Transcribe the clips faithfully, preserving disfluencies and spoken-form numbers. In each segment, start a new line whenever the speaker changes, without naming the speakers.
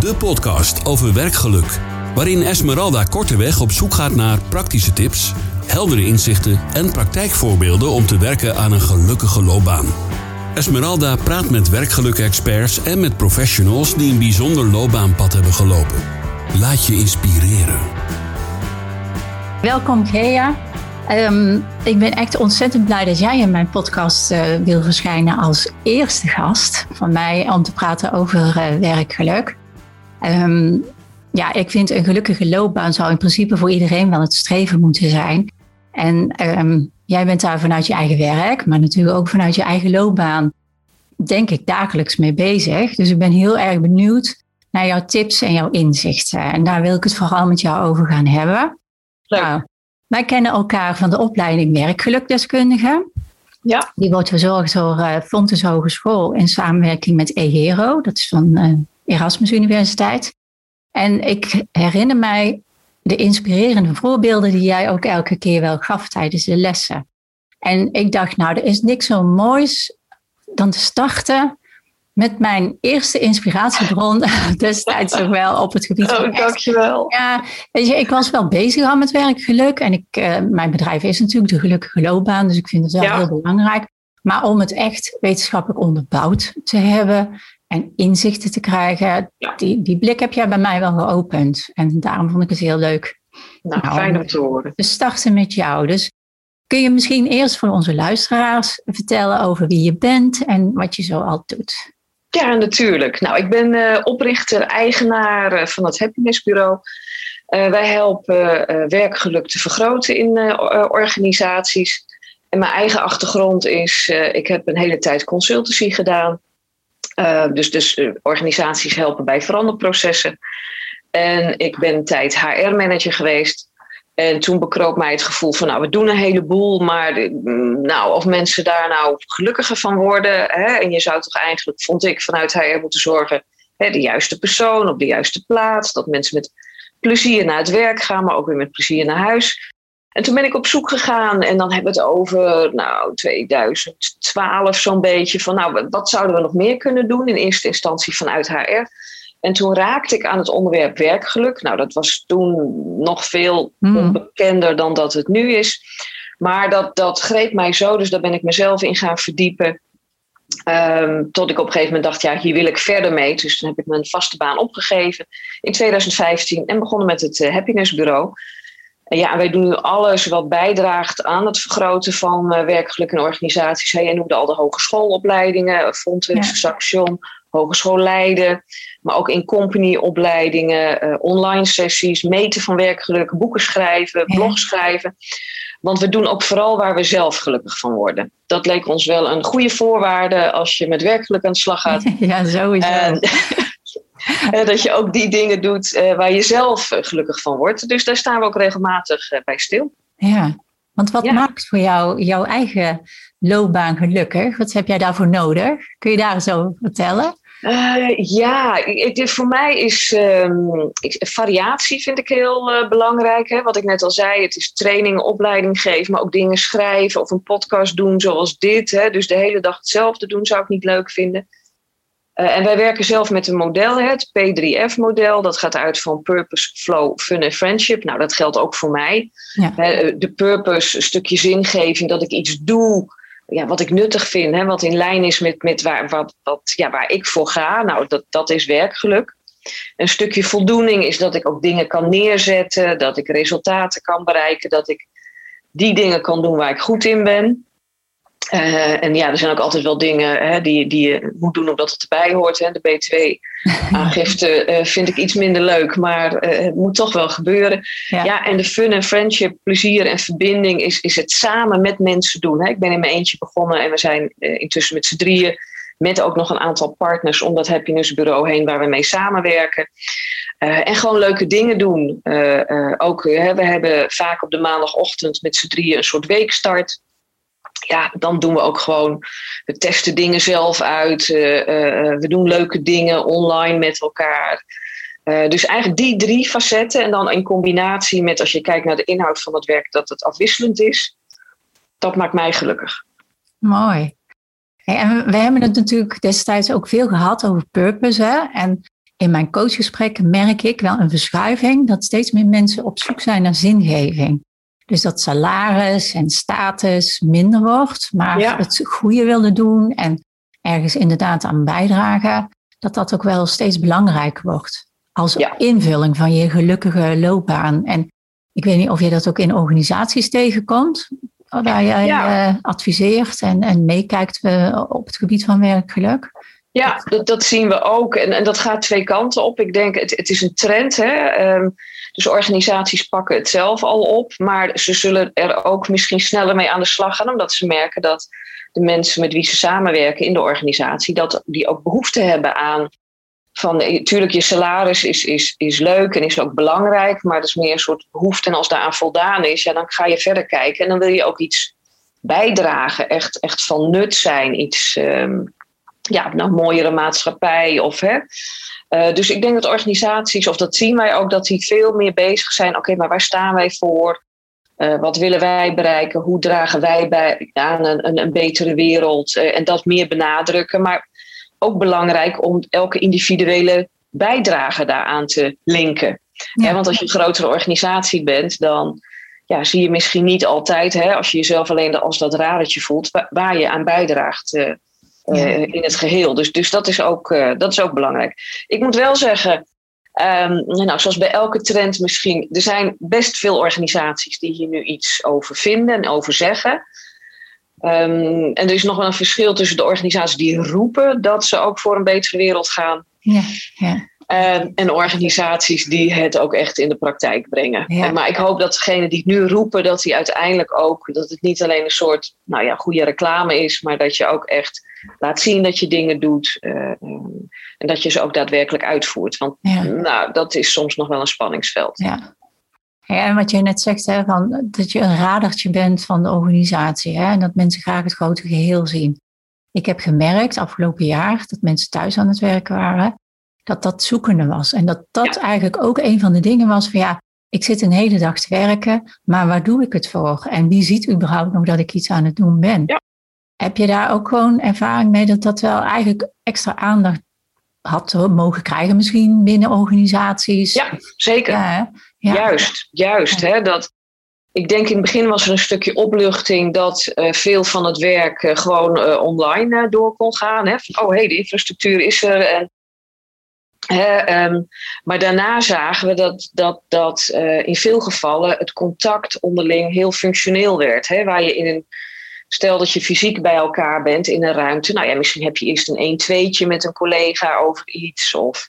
de podcast over werkgeluk, waarin Esmeralda korteweg op zoek gaat naar praktische tips, heldere inzichten en praktijkvoorbeelden om te werken aan een gelukkige loopbaan. Esmeralda praat met werkgeluk-experts en met professionals die een bijzonder loopbaanpad hebben gelopen. Laat je inspireren.
Welkom Gea. Um, ik ben echt ontzettend blij dat jij in mijn podcast uh, wil verschijnen als eerste gast van mij om te praten over uh, werkgeluk. Um, ja, ik vind een gelukkige loopbaan zou in principe voor iedereen wel het streven moeten zijn. En um, jij bent daar vanuit je eigen werk, maar natuurlijk ook vanuit je eigen loopbaan, denk ik, dagelijks mee bezig. Dus ik ben heel erg benieuwd naar jouw tips en jouw inzichten. En daar wil ik het vooral met jou over gaan hebben.
Leuk.
Nou, wij kennen elkaar van de opleiding werkgelukdeskundige.
Ja.
Die wordt verzorgd door uh, Fontys Hogeschool in samenwerking met EHERO. Dat is van uh, Erasmus Universiteit. En ik herinner mij de inspirerende voorbeelden die jij ook elke keer wel gaf tijdens de lessen. En ik dacht, nou, er is niks zo moois dan te starten met mijn eerste inspiratiebron destijds nog wel op het gebied van...
Oh, dankjewel.
Ja, weet je, ik was wel bezig al met werkgeluk. En ik, uh, mijn bedrijf is natuurlijk de gelukkige loopbaan. Dus ik vind het wel ja. heel belangrijk. Maar om het echt wetenschappelijk onderbouwd te hebben en inzichten te krijgen, ja. die, die blik heb jij bij mij wel geopend. En daarom vond ik het heel leuk.
Nou, nou fijn om te horen.
We starten met jou. Dus kun je misschien eerst voor onze luisteraars vertellen over wie je bent en wat je zo al doet?
Ja, natuurlijk. Nou, ik ben uh, oprichter, eigenaar uh, van het Happiness Bureau. Uh, wij helpen uh, werkgeluk te vergroten in uh, organisaties. En mijn eigen achtergrond is, uh, ik heb een hele tijd consultancy gedaan. Uh, dus dus uh, organisaties helpen bij veranderprocessen. En ik ben een tijd H R-manager geweest. En toen bekroop mij het gevoel van, nou, we doen een heleboel, maar nou, of mensen daar nou gelukkiger van worden. Hè, en je zou toch eigenlijk, vond ik, vanuit H R moeten zorgen, hè, de juiste persoon op de juiste plaats. Dat mensen met plezier naar het werk gaan, maar ook weer met plezier naar huis. En toen ben ik op zoek gegaan en dan hebben we het over, nou, tweeduizend twaalf zo'n beetje. Van, nou, wat zouden we nog meer kunnen doen? In eerste instantie vanuit H R. En toen raakte ik aan het onderwerp werkgeluk. Nou, dat was toen nog veel onbekender dan dat het nu is. Maar dat, dat greep mij zo, dus daar ben ik mezelf in gaan verdiepen. Um, tot ik op een gegeven moment dacht, ja, hier wil ik verder mee. Dus toen heb ik mijn vaste baan opgegeven in tweeduizend vijftien en begonnen met het uh, Happiness Bureau. En ja, wij doen nu alles wat bijdraagt aan het vergroten van uh, werkgeluk in organisaties. Hey, jij noemde al de hogeschoolopleidingen, Fontys, ja. Saxion, Hogeschool Leiden. Maar ook in company-opleidingen, uh, online sessies, meten van werkgeluk, boeken schrijven, ja. blogs schrijven. Want we doen ook vooral waar we zelf gelukkig van worden. Dat leek ons wel een goede voorwaarde als je met werkgeluk aan de slag gaat.
Ja, sowieso.
En, dat je ook die dingen doet uh, waar je zelf gelukkig van wordt. Dus daar staan we ook regelmatig uh, bij stil.
Ja, want wat ja. maakt voor jou jouw eigen loopbaan gelukkig? Wat heb jij daarvoor nodig? Kun je daar eens over vertellen?
Uh, ja, ik, voor mij is um, ik, variatie vind ik heel uh, belangrijk. Hè? Wat ik net al zei, het is training, opleiding geven, maar ook dingen schrijven of een podcast doen zoals dit. Hè? Dus de hele dag hetzelfde doen zou ik niet leuk vinden. Uh, en wij werken zelf met een model, hè? Het P drie F model. Dat gaat uit van Purpose, Flow, Fun en Friendship. Nou, dat geldt ook voor mij. Ja. Uh, de purpose, een stukje zingeving, dat ik iets doe. Ja, wat ik nuttig vind, hè, wat in lijn is met, met waar, wat, wat, ja, waar ik voor ga. Nou, dat, dat is werkgeluk. Een stukje voldoening is dat ik ook dingen kan neerzetten. Dat ik resultaten kan bereiken. Dat ik die dingen kan doen waar ik goed in ben. Uh, en ja, er zijn ook altijd wel dingen hè, die, die je moet doen omdat het erbij hoort. Hè. De B twee aangifte uh, vind ik iets minder leuk, maar uh, het moet toch wel gebeuren. Ja, ja en de fun en friendship, plezier en verbinding is, is het samen met mensen doen. Hè. Ik ben in mijn eentje begonnen en we zijn uh, intussen met z'n drieën. Met ook nog een aantal partners om dat Happiness Bureau heen waar we mee samenwerken. Uh, en gewoon leuke dingen doen. Uh, uh, ook, uh, we hebben vaak op de maandagochtend met z'n drieën een soort weekstart. Ja, dan doen we ook gewoon, we testen dingen zelf uit. Uh, uh, we doen leuke dingen online met elkaar. Uh, dus eigenlijk die drie facetten. En dan in combinatie met, als je kijkt naar de inhoud van het werk, dat het afwisselend is. Dat maakt mij gelukkig.
Mooi. Hey, en we hebben het natuurlijk destijds ook veel gehad over purpose. Hè? En in mijn coachgesprekken merk ik wel een verschuiving dat steeds meer mensen op zoek zijn naar zingeving. Dus dat salaris en status minder wordt, maar ja. het goede willen doen en ergens inderdaad aan bijdragen, dat dat ook wel steeds belangrijker wordt. Als ja. invulling van je gelukkige loopbaan. En ik weet niet of je dat ook in organisaties tegenkomt, waar jij ja. uh, adviseert en, en meekijkt uh, op het gebied van werkgeluk.
Ja, dat, dat zien we ook. En, en dat gaat twee kanten op. Ik denk, het, het is een trend. Hè? Um, dus organisaties pakken het zelf al op. Maar ze zullen er ook misschien sneller mee aan de slag gaan. Omdat ze merken dat de mensen met wie ze samenwerken in de organisatie, dat die ook behoefte hebben aan van, natuurlijk je salaris is, is, is leuk en is ook belangrijk. Maar dat is meer een soort behoefte. En als daaraan voldaan is, ja, dan ga je verder kijken. En dan wil je ook iets bijdragen. Echt, echt van nut zijn. Iets... Um, Ja, een mooiere maatschappij. Of, hè. Uh, dus ik denk dat organisaties, of dat zien wij ook, dat die veel meer bezig zijn. Oké, okay, maar waar staan wij voor? Uh, wat willen wij bereiken? Hoe dragen wij bij aan een, een, een betere wereld? Uh, en dat meer benadrukken. Maar ook belangrijk om elke individuele bijdrage daaraan te linken. Ja. Ja, want als je een grotere organisatie bent, dan ja, zie je misschien niet altijd, hè, als je jezelf alleen als dat radertje voelt, waar, waar je aan bijdraagt. Uh, Uh, in het geheel. Dus, dus dat, is ook, uh, dat is ook belangrijk. Ik moet wel zeggen, um, nou, zoals bij elke trend misschien, er zijn best veel organisaties die hier nu iets over vinden en over zeggen. Um, en er is nog wel een verschil tussen de organisaties die roepen dat ze ook voor een betere wereld gaan.
Ja, ja.
Uh, en organisaties die het ook echt in de praktijk brengen. Ja. En, maar ik hoop dat degenen die het nu roepen, dat die uiteindelijk ook, dat het niet alleen een soort, nou ja, goede reclame is, maar dat je ook echt laat zien dat je dingen doet. Uh, um, en dat je ze ook daadwerkelijk uitvoert. Want ja. nou, dat is soms nog wel een spanningsveld.
Ja. Ja, en wat je net zegt, hè, van, dat je een radertje bent van de organisatie. Hè, en dat mensen graag het grote geheel zien. Ik heb gemerkt afgelopen jaar dat mensen thuis aan het werken waren, dat dat zoekende was. En dat dat ja. eigenlijk ook een van de dingen was van ja, ik zit een hele dag te werken, maar waar doe ik het voor? En wie ziet überhaupt nog dat ik iets aan het doen ben? Ja. Heb je daar ook gewoon ervaring mee dat dat wel eigenlijk extra aandacht had mogen krijgen misschien binnen organisaties?
Ja, zeker. Ja, ja. Juist, juist. Ja. Hè, dat, ik denk in het begin was er een stukje opluchting dat uh, veel van het werk uh, gewoon uh, online uh, door kon gaan. Hè? Van, oh hé, hey, de infrastructuur is er en He, um, maar daarna zagen we dat, dat, dat uh, in veel gevallen het contact onderling heel functioneel werd. He, waar je in een, stel dat je fysiek bij elkaar bent in een ruimte. Nou ja, misschien heb je eerst een één-tweetje met een collega over iets. Of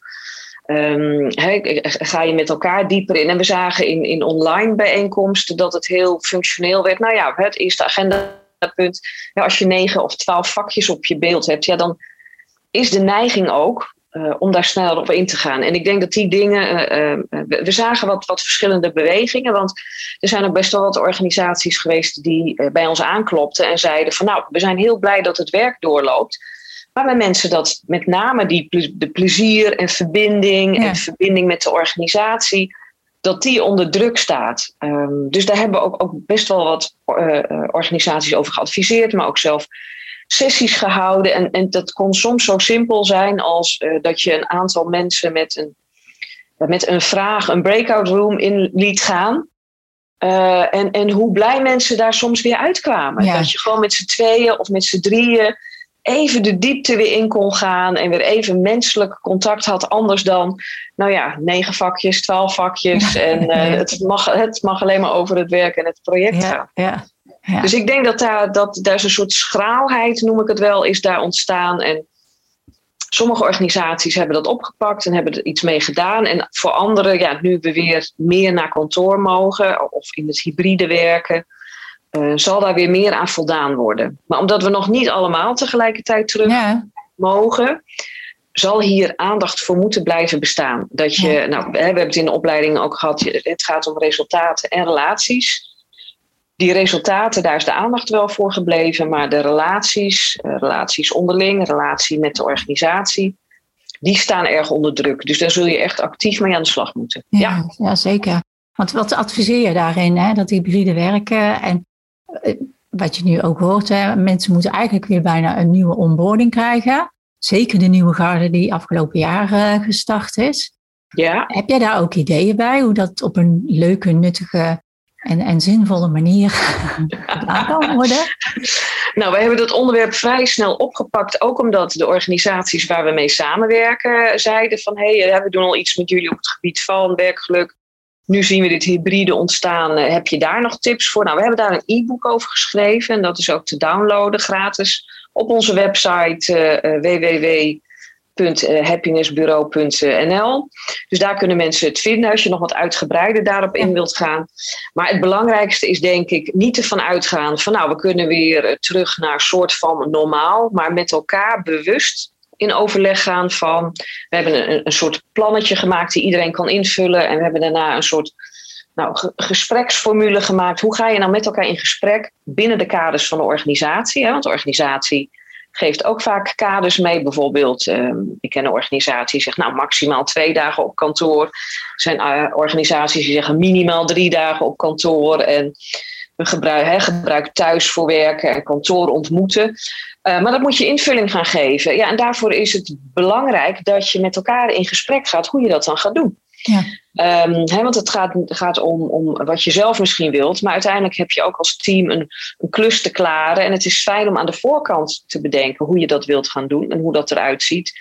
um, he, ga je met elkaar dieper in. En we zagen in, in online bijeenkomsten dat het heel functioneel werd. Nou ja, het eerste agendapunt. Ja, als je negen of twaalf vakjes op je beeld hebt, ja, dan is de neiging ook Uh, om daar sneller op in te gaan. En ik denk dat die dingen... Uh, uh, we, we zagen wat, wat verschillende bewegingen. Want er zijn ook best wel wat organisaties geweest die uh, bij ons aanklopten en zeiden van nou, we zijn heel blij dat het werk doorloopt. Maar bij mensen dat met name die ple- de plezier en verbinding ja. en verbinding met de organisatie, dat die onder druk staat. Um, dus daar hebben we ook, ook best wel wat uh, organisaties over geadviseerd, maar ook zelf sessies gehouden. En, en dat kon soms zo simpel zijn als uh, dat je een aantal mensen met een, met een vraag een breakout room in liet gaan. Uh, en, en hoe blij mensen daar soms weer uitkwamen. Ja. Dat je gewoon met z'n tweeën of met z'n drieën even de diepte weer in kon gaan en weer even menselijk contact had. Anders dan, nou ja, negen vakjes, twaalf vakjes. Ja. En uh, het, mag, het mag alleen maar over het werk en het project
ja.
gaan.
Ja. Ja.
Dus ik denk dat daar, dat daar is een soort schraalheid, noem ik het wel, is daar ontstaan. En sommige organisaties hebben dat opgepakt en hebben er iets mee gedaan. En voor anderen, ja, nu we weer meer naar kantoor mogen of in het hybride werken, uh, zal daar weer meer aan voldaan worden. Maar omdat we nog niet allemaal tegelijkertijd terug ja. mogen, zal hier aandacht voor moeten blijven bestaan. Dat je, ja. nou, we hebben het in de opleiding ook gehad, het gaat om resultaten en relaties. Die resultaten, daar is de aandacht wel voor gebleven, maar de relaties, relaties onderling, relatie met de organisatie, die staan erg onder druk. Dus daar zul je echt actief mee aan de slag moeten.
Ja, ja. ja zeker. Want wat adviseer je daarin? Hè? Dat hybride werken en wat je nu ook hoort, hè, mensen moeten eigenlijk weer bijna een nieuwe onboarding krijgen. zeker de nieuwe garde die afgelopen jaar uh, gestart is.
Ja.
Heb jij daar ook ideeën bij, hoe dat op een leuke, nuttige en, en zinvolle manier gedaan kan worden?
Nou, wij hebben dat onderwerp vrij snel opgepakt, ook omdat de organisaties waar we mee samenwerken zeiden van hé, hey, we doen al iets met jullie op het gebied van werkgeluk. Nu zien we dit hybride ontstaan. Heb je daar nog tips voor? Nou, we hebben daar een e-book over geschreven en dat is ook te downloaden gratis op onze website uh, w w w punt happinessbureau punt n l. Dus daar kunnen mensen het vinden als je nog wat uitgebreider daarop in wilt gaan. Maar het belangrijkste is denk ik niet ervan uitgaan van nou, we kunnen weer terug naar een soort van normaal, maar met elkaar bewust in overleg gaan van, we hebben een, een soort plannetje gemaakt die iedereen kan invullen en we hebben daarna een soort nou, gespreksformule gemaakt. Hoe ga je nou met elkaar in gesprek binnen de kaders van de organisatie? Hè? Want de organisatie geeft ook vaak kaders mee. Bijvoorbeeld, um, ik ken een organisatie die zegt nou maximaal twee dagen op kantoor. Er zijn uh, organisaties die zeggen minimaal drie dagen op kantoor. En we gebruiken he, gebruik thuis voor werken en kantoor ontmoeten. Uh, maar dat moet je invulling gaan geven. Ja, en daarvoor is het belangrijk dat je met elkaar in gesprek gaat hoe je dat dan gaat doen.
Ja.
Um, he, want het gaat, gaat om, om wat je zelf misschien wilt. Maar uiteindelijk heb je ook als team een, een klus te klaren. En het is fijn om aan de voorkant te bedenken hoe je dat wilt gaan doen. En hoe dat eruit ziet.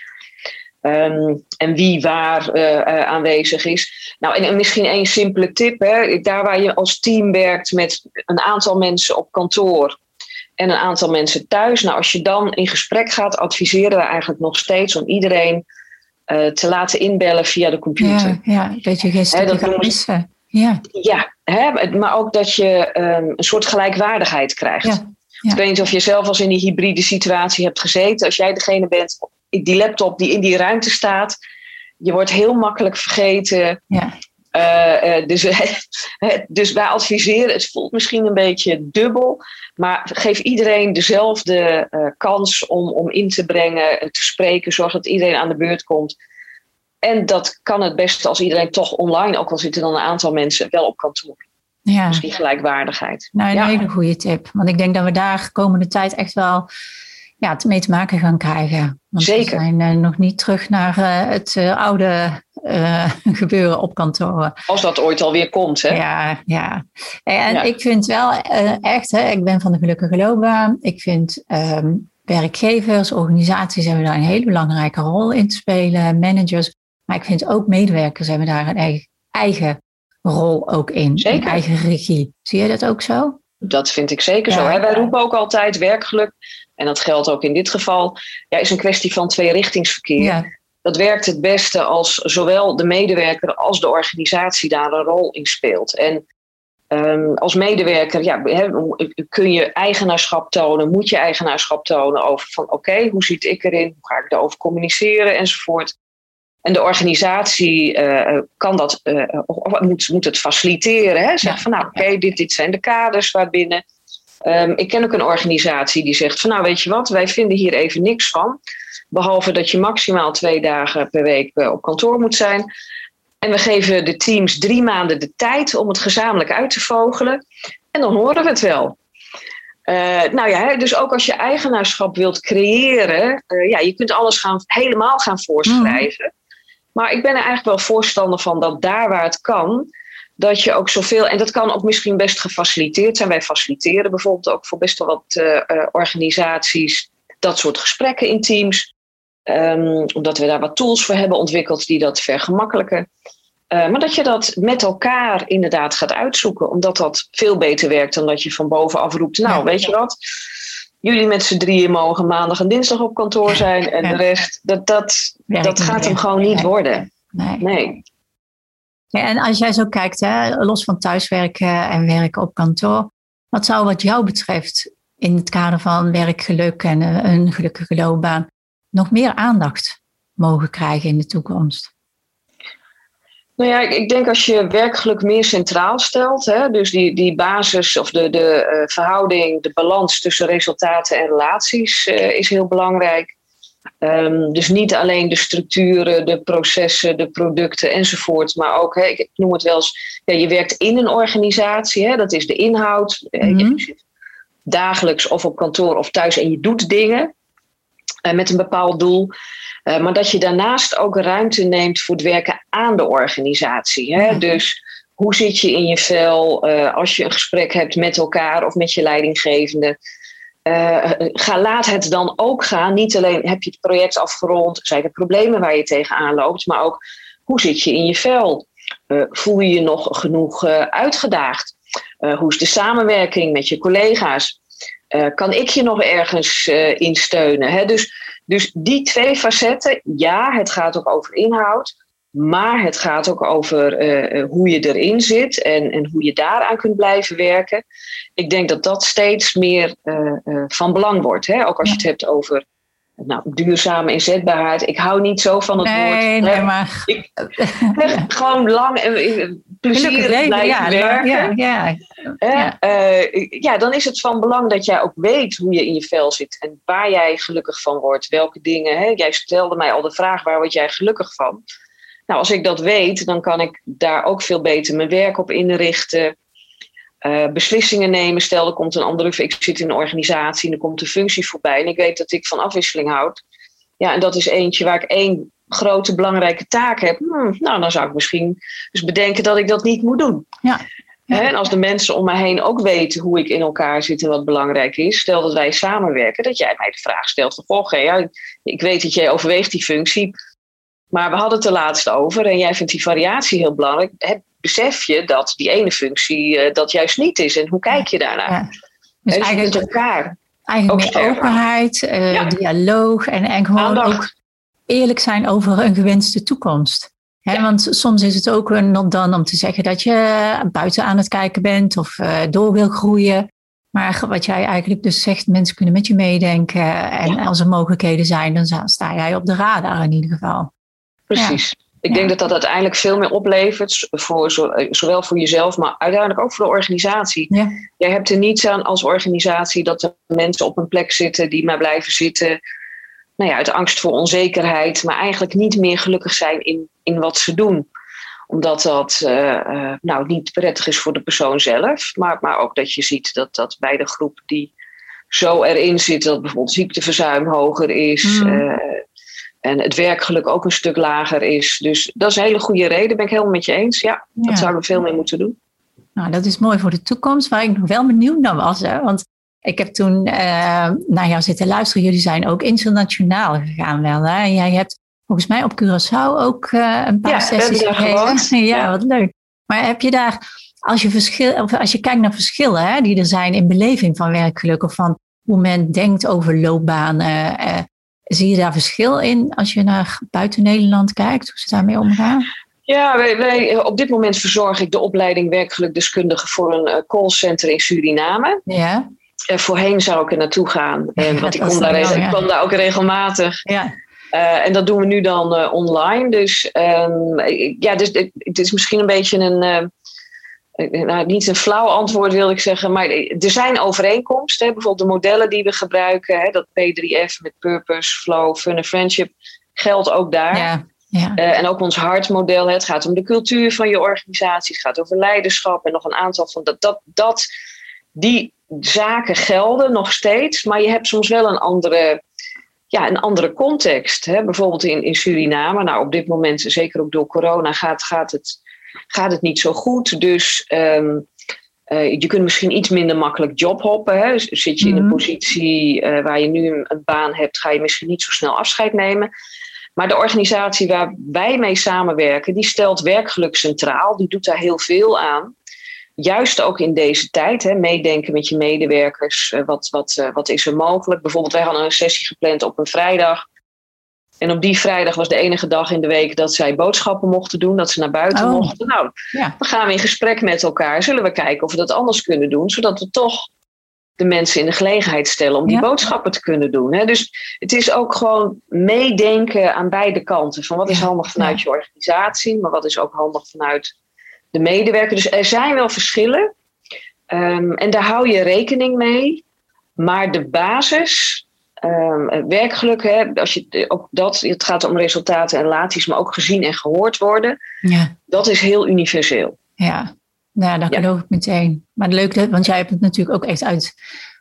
Um, en wie waar uh, uh, aanwezig is. Nou, en, en misschien één simpele tip. Hè, daar waar je als team werkt met een aantal mensen op kantoor. En een aantal mensen thuis. Nou, als je dan in gesprek gaat, adviseren we eigenlijk nog steeds om iedereen Uh, te laten inbellen via de computer.
Ja, ja dat je geen stukje gaat missen. Ja,
ja hè, maar ook dat je um, een soort gelijkwaardigheid krijgt. Ja, ja. Ik weet niet of je zelf als in die hybride situatie hebt gezeten. Als jij degene bent, die laptop die in die ruimte staat, je wordt heel makkelijk vergeten. Ja. Uh, uh, dus, dus wij adviseren, het voelt misschien een beetje dubbel, maar geef iedereen dezelfde uh, kans om, om in te brengen, te spreken, zorg dat iedereen aan de beurt komt. En dat kan het beste als iedereen toch online, ook al zitten dan een aantal mensen wel op kantoor. Ja. Dus die gelijkwaardigheid.
Nou, een
ja.
hele goede tip, want ik denk dat we daar de komende tijd echt wel ja, mee te maken gaan krijgen. Want
Zeker.
We zijn uh, nog niet terug naar uh, het uh, oude uh, gebeuren op kantoor.
Als dat ooit alweer komt, hè?
Ja, ja. En ja. ik vind wel uh, echt, hè, ik ben van de gelukkige loopbaan. Ik vind um, werkgevers, organisaties hebben daar een hele belangrijke rol in te spelen. Managers. Maar ik vind ook medewerkers hebben daar een eigen, eigen rol ook in.
Zeker.
Een eigen regie. Zie je dat ook zo?
Dat vind ik zeker
ja,
zo. Hè? Wij
ja.
roepen ook altijd werkgeluk. En dat geldt ook in dit geval. Ja, is een kwestie van tweerichtingsverkeer. Ja. Dat werkt het beste als zowel de medewerker als de organisatie daar een rol in speelt. En um, als medewerker ja, kun je eigenaarschap tonen, moet je eigenaarschap tonen over van oké, okay, hoe zit ik erin, hoe ga ik daarover communiceren enzovoort. En de organisatie uh, kan dat, uh, of moet, moet het faciliteren. Hè? Zeg van nou oké, okay, dit, dit zijn de kaders waarbinnen. Um, ik ken ook een organisatie die zegt van nou weet je wat, wij vinden hier even niks van. Behalve dat je maximaal twee dagen per week op kantoor moet zijn. En we geven de teams drie maanden de tijd om het gezamenlijk uit te vogelen. En dan horen we het wel. Uh, nou ja, dus ook als je eigenaarschap wilt creëren. Uh, ja, je kunt alles gaan, helemaal gaan voorschrijven. Mm. Maar ik ben er eigenlijk wel voorstander van dat daar waar het kan, dat je ook zoveel, en dat kan ook misschien best gefaciliteerd zijn. Wij faciliteren bijvoorbeeld ook voor best wel wat uh, uh, organisaties dat soort gesprekken in teams. Um, omdat we daar wat tools voor hebben ontwikkeld die dat vergemakkelijken. Uh, maar dat je dat met elkaar inderdaad gaat uitzoeken. Omdat dat veel beter werkt dan dat je van bovenaf roept. Nou, ja, weet ja. je wat? Jullie met z'n drieën mogen maandag en dinsdag op kantoor zijn. En ja. de rest, dat, dat, dat gaat hem gewoon niet nee. worden.
Nee.
nee.
Ja, en als jij zo kijkt, hè, los van thuiswerken en werken op kantoor. Wat zou wat jou betreft in het kader van werkgeluk en een gelukkige loopbaan nog meer aandacht mogen krijgen in de toekomst?
Nou ja, ik denk als je werkgeluk meer centraal stelt, hè, dus die, die basis of de, de uh, verhouding, de balans tussen resultaten en relaties uh, is heel belangrijk. Um, dus niet alleen de structuren, de processen, de producten enzovoort, maar ook, hè, ik noem het wel eens, ja, je werkt in een organisatie, hè, dat is de inhoud. Mm-hmm. Je zit dagelijks of op kantoor of thuis en je doet dingen. uh, met een bepaald doel. Uh, maar dat je daarnaast ook ruimte neemt voor het werken aan de organisatie. Hè? Mm. Dus hoe zit je in je vel uh, als je een gesprek hebt met elkaar of met je leidinggevende? Uh, ga, laat het dan ook gaan. Niet alleen heb je het project afgerond, zijn er problemen waar je tegenaan loopt, maar ook hoe zit je in je vel? Uh, voel je je nog genoeg uh, uitgedaagd? Uh, hoe is de samenwerking met je collega's? Uh, kan ik je nog ergens uh, in steunen? Hè? Dus, dus die twee facetten, ja, het gaat ook over inhoud. Maar het gaat ook over uh, hoe je erin zit en, en hoe je daaraan kunt blijven werken. Ik denk dat dat steeds meer uh, uh, van belang wordt. Hè? Ook als je het hebt over nou, duurzame inzetbaarheid. Ik hou niet zo van het
nee,
woord.
Nee, nee, maar...
Ik, ja. Gewoon lang en plezierig blijven
ja,
werken.
Ja, ja,
ja. Uh, ja, dan is het van belang dat jij ook weet hoe je in je vel zit. En waar jij gelukkig van wordt. Welke dingen. Hè? Jij stelde mij al de vraag, waar word jij gelukkig van? Nou, als ik dat weet, dan kan ik daar ook veel beter mijn werk op inrichten. Uh, beslissingen nemen. Stel, er komt een andere... Ik zit in een organisatie en er komt een functie voorbij. En ik weet dat ik van afwisseling houd. Ja, en dat is eentje waar ik één grote belangrijke taak heb. Hmm, nou, dan zou ik misschien dus bedenken dat ik dat niet moet doen.
Ja. Ja.
En als de mensen om mij heen ook weten hoe ik in elkaar zit en wat belangrijk is. Stel dat wij samenwerken, dat jij mij de vraag stelt van... Goh, Gea, ik weet dat jij overweegt die functie... Maar we hadden het er laatst over en jij vindt die variatie heel belangrijk. Heb, besef je dat die ene functie uh, dat juist niet is? En hoe kijk je daarnaar? Ja. Dus en eigenlijk met elkaar.
Eigenlijk meer sterker. Openheid, uh, ja. dialoog en, en gewoon Aandacht. Ook eerlijk zijn over een gewenste toekomst. He, ja. Want soms is het ook een not done om te zeggen dat je buiten aan het kijken bent of uh, door wil groeien. Maar wat jij eigenlijk dus zegt, mensen kunnen met je meedenken. En ja. als er mogelijkheden zijn, dan sta jij op de radar in ieder geval.
Precies.
Ja.
Ik ja. denk dat dat uiteindelijk veel meer oplevert, voor, zowel voor jezelf, maar uiteindelijk ook voor de organisatie. Ja. Jij hebt er niets aan als organisatie dat er mensen op een plek zitten die maar blijven zitten. Nou ja, uit angst voor onzekerheid, maar eigenlijk niet meer gelukkig zijn in, in wat ze doen. Omdat dat uh, uh, nou, niet prettig is voor de persoon zelf, maar, maar ook dat je ziet dat, dat bij de groep die zo erin zit, dat bijvoorbeeld ziekteverzuim hoger is. Mm. Uh, En het werkgeluk ook een stuk lager is. Dus dat is een hele goede reden. Ben ik helemaal met je eens. Ja, dat ja. zouden we veel meer moeten doen.
Nou, dat is mooi voor de toekomst. Waar ik nog wel benieuwd naar was. Hè? Want ik heb toen uh, naar jou zitten luisteren. Jullie zijn ook internationaal gegaan wel. Hè? En jij hebt volgens mij op Curaçao ook uh, een paar
ja,
sessies gegeven. Ja, ja, wat leuk. Maar heb je daar, als je, verschil, of als je kijkt naar verschillen hè, die er zijn in beleving van werkgeluk. Of van hoe men denkt over loopbanen. Uh, Zie je daar verschil in als je naar buiten Nederland kijkt? Hoe ze daarmee omgaan?
Ja, wij, wij, op dit moment verzorg ik de opleiding werkgelukdeskundige voor een uh, callcenter in Suriname. Ja. Uh, voorheen zou ik er naartoe gaan, uh, ja, want ik kom, daar, wel, ja. ik kom daar ook regelmatig. Ja. Uh, en dat doen we nu dan uh, online. Dus, um, ja, dus het, het is misschien een beetje een... Uh, Nou, niet een flauw antwoord wil ik zeggen, maar er zijn overeenkomsten. Hè, bijvoorbeeld de modellen die we gebruiken, hè, dat P drie F met Purpose, Flow, Fun en Friendship, geldt ook daar. Ja, ja. Uh, en ook ons HEART-model, hè, het gaat om de cultuur van je organisatie, het gaat over leiderschap en nog een aantal van dat, dat, dat. Die zaken gelden nog steeds, maar je hebt soms wel een andere, ja, een andere context. Hè. Bijvoorbeeld in, in Suriname, nou op dit moment, zeker ook door corona, gaat, gaat het... gaat het niet zo goed. Dus um, uh, je kunt misschien iets minder makkelijk jobhoppen. Hè? Dus zit je mm-hmm. in een positie uh, waar je nu een, een baan hebt, ga je misschien niet zo snel afscheid nemen. Maar de organisatie waar wij mee samenwerken, die stelt werkgeluk centraal. Die doet daar heel veel aan. Juist ook in deze tijd. Hè? Meedenken met je medewerkers. Uh, wat, wat, uh, wat is er mogelijk? Bijvoorbeeld, wij hadden een sessie gepland op een vrijdag. En op die vrijdag was de enige dag in de week dat zij boodschappen mochten doen. Dat ze naar buiten oh. mochten. Nou, ja. dan gaan we in gesprek met elkaar. Zullen we kijken of we dat anders kunnen doen. Zodat we toch de mensen in de gelegenheid stellen om die ja. boodschappen te kunnen doen. Hè? Dus het is ook gewoon meedenken aan beide kanten. Van wat is handig vanuit ja. je organisatie. Maar wat is ook handig vanuit de medewerker. Dus er zijn wel verschillen. Um, en daar hou je rekening mee. Maar de basis... Um, werkgeluk, hè, als je, ook dat, het gaat om resultaten en relaties, maar ook gezien en gehoord worden. Ja. Dat is heel universeel.
Ja, nou, dat geloof ja. ik meteen. Maar leuk, want jij hebt het natuurlijk ook echt uit,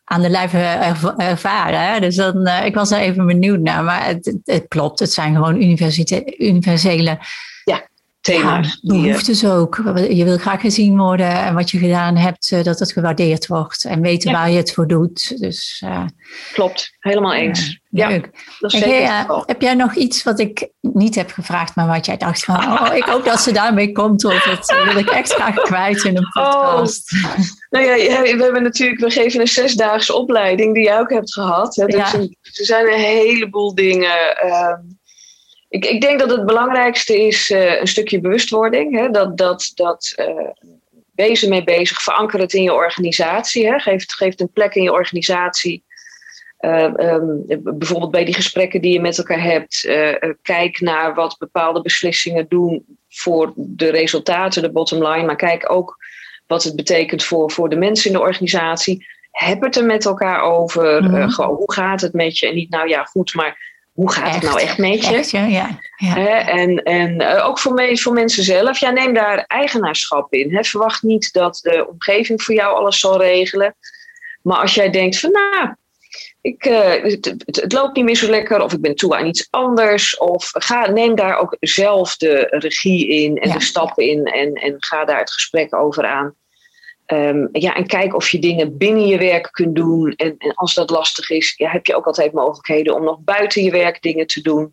aan de lijve erv- ervaren. Hè? Dus dan, uh, ik was daar even benieuwd naar. Maar het, het, het klopt, het zijn gewoon universite- universele
ja, thema's.
Ja, behoeftes ook. Je wil graag gezien worden en wat je gedaan hebt, uh, dat het gewaardeerd wordt. En weten ja. waar je het voor doet. Dus, uh,
klopt, helemaal eens. Uh,
leuk.
Ja, dat is
hey,
zeker
uh, heb jij nog iets wat ik niet heb gevraagd, maar wat jij dacht van, oh, ik hoop dat ze daarmee komt, want dat wil ik echt graag kwijt in een podcast.
Oh. Nou ja, we hebben natuurlijk, we geven een zesdaagse opleiding die jij ook hebt gehad. Hè? Dus ja. er zijn een heleboel dingen. Uh, ik, ik denk dat het belangrijkste is uh, een stukje bewustwording. Hè? Dat, dat, dat uh, wees ermee bezig, veranker het in je organisatie. Hè? Geef, geef een plek in je organisatie. Uh, um, bijvoorbeeld bij die gesprekken die je met elkaar hebt. Uh, uh, kijk naar wat bepaalde beslissingen doen voor de resultaten, de bottom line. Maar kijk ook wat het betekent voor, voor de mensen in de organisatie. Heb het er met elkaar over. Mm-hmm. Uh, gewoon, hoe gaat het met je? En niet, nou ja, goed, maar hoe gaat echt, het nou echt met je?
Echt, ja, ja.
Hè? En, en uh, ook voor, me, voor mensen zelf. Ja, neem daar eigenaarschap in. Hè? Verwacht niet dat de omgeving voor jou alles zal regelen. Maar als jij denkt van, nou, ik, uh, het, het, het loopt niet meer zo lekker, of ik ben toe aan iets anders, of ga, neem daar ook zelf de regie in en ja. de stappen in en, en ga daar het gesprek over aan. Um, ja, en kijk of je dingen binnen je werk kunt doen. En, en als dat lastig is, ja, heb je ook altijd mogelijkheden om nog buiten je werk dingen te doen.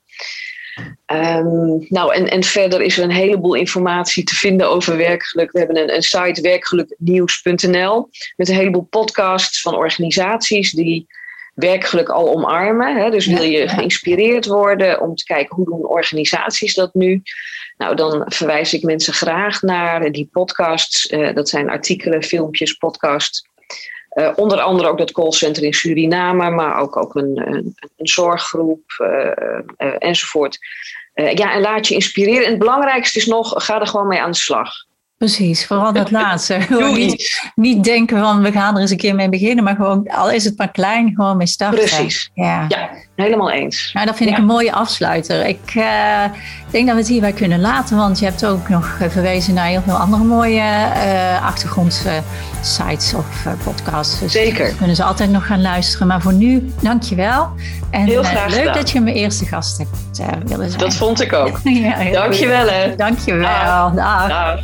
Um, nou, en, en verder is er een heleboel informatie te vinden over werkgeluk. We hebben een, een site werkgeluknieuws punt n l met een heleboel podcasts van organisaties die werkgeluk al omarmen. Hè? Dus wil je geïnspireerd worden om te kijken hoe doen organisaties dat nu? Nou, dan verwijs ik mensen graag naar die podcasts. Uh, dat zijn artikelen, filmpjes, podcasts. Uh, onder andere ook dat callcenter in Suriname, maar ook, ook een, een, een zorggroep uh, uh, enzovoort. Uh, ja, en laat je inspireren. En het belangrijkste is nog, ga er gewoon mee aan de slag.
Precies, vooral dat laatste. niet, niet denken van we gaan er eens een keer mee beginnen, maar gewoon, al is het maar klein, gewoon mee starten.
Precies, ja, ja helemaal eens.
Nou, dat vind
ja.
ik een mooie afsluiter. Ik uh, denk dat we het hierbij kunnen laten, want je hebt ook nog verwezen naar heel veel andere mooie uh, achtergrondsites uh, of uh, podcasts. Dus
zeker.
Kunnen ze altijd nog gaan luisteren. Maar voor nu, dank je wel. En
heel graag
uh, leuk
gedaan.
dat je mijn eerste gast hebt uh, willen zijn.
Dat vond ik ook.
ja,
dank je wel, hè.
Dank je wel. Dag.
Dag.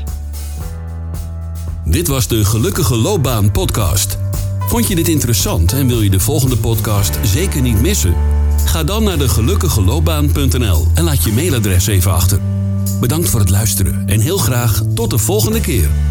Dit was de Gelukkige Loopbaan podcast. Vond je dit interessant en wil je de volgende podcast zeker niet missen? Ga dan naar de gelukkige loopbaan punt n l en laat je mailadres even achter. Bedankt voor het luisteren en heel graag tot de volgende keer.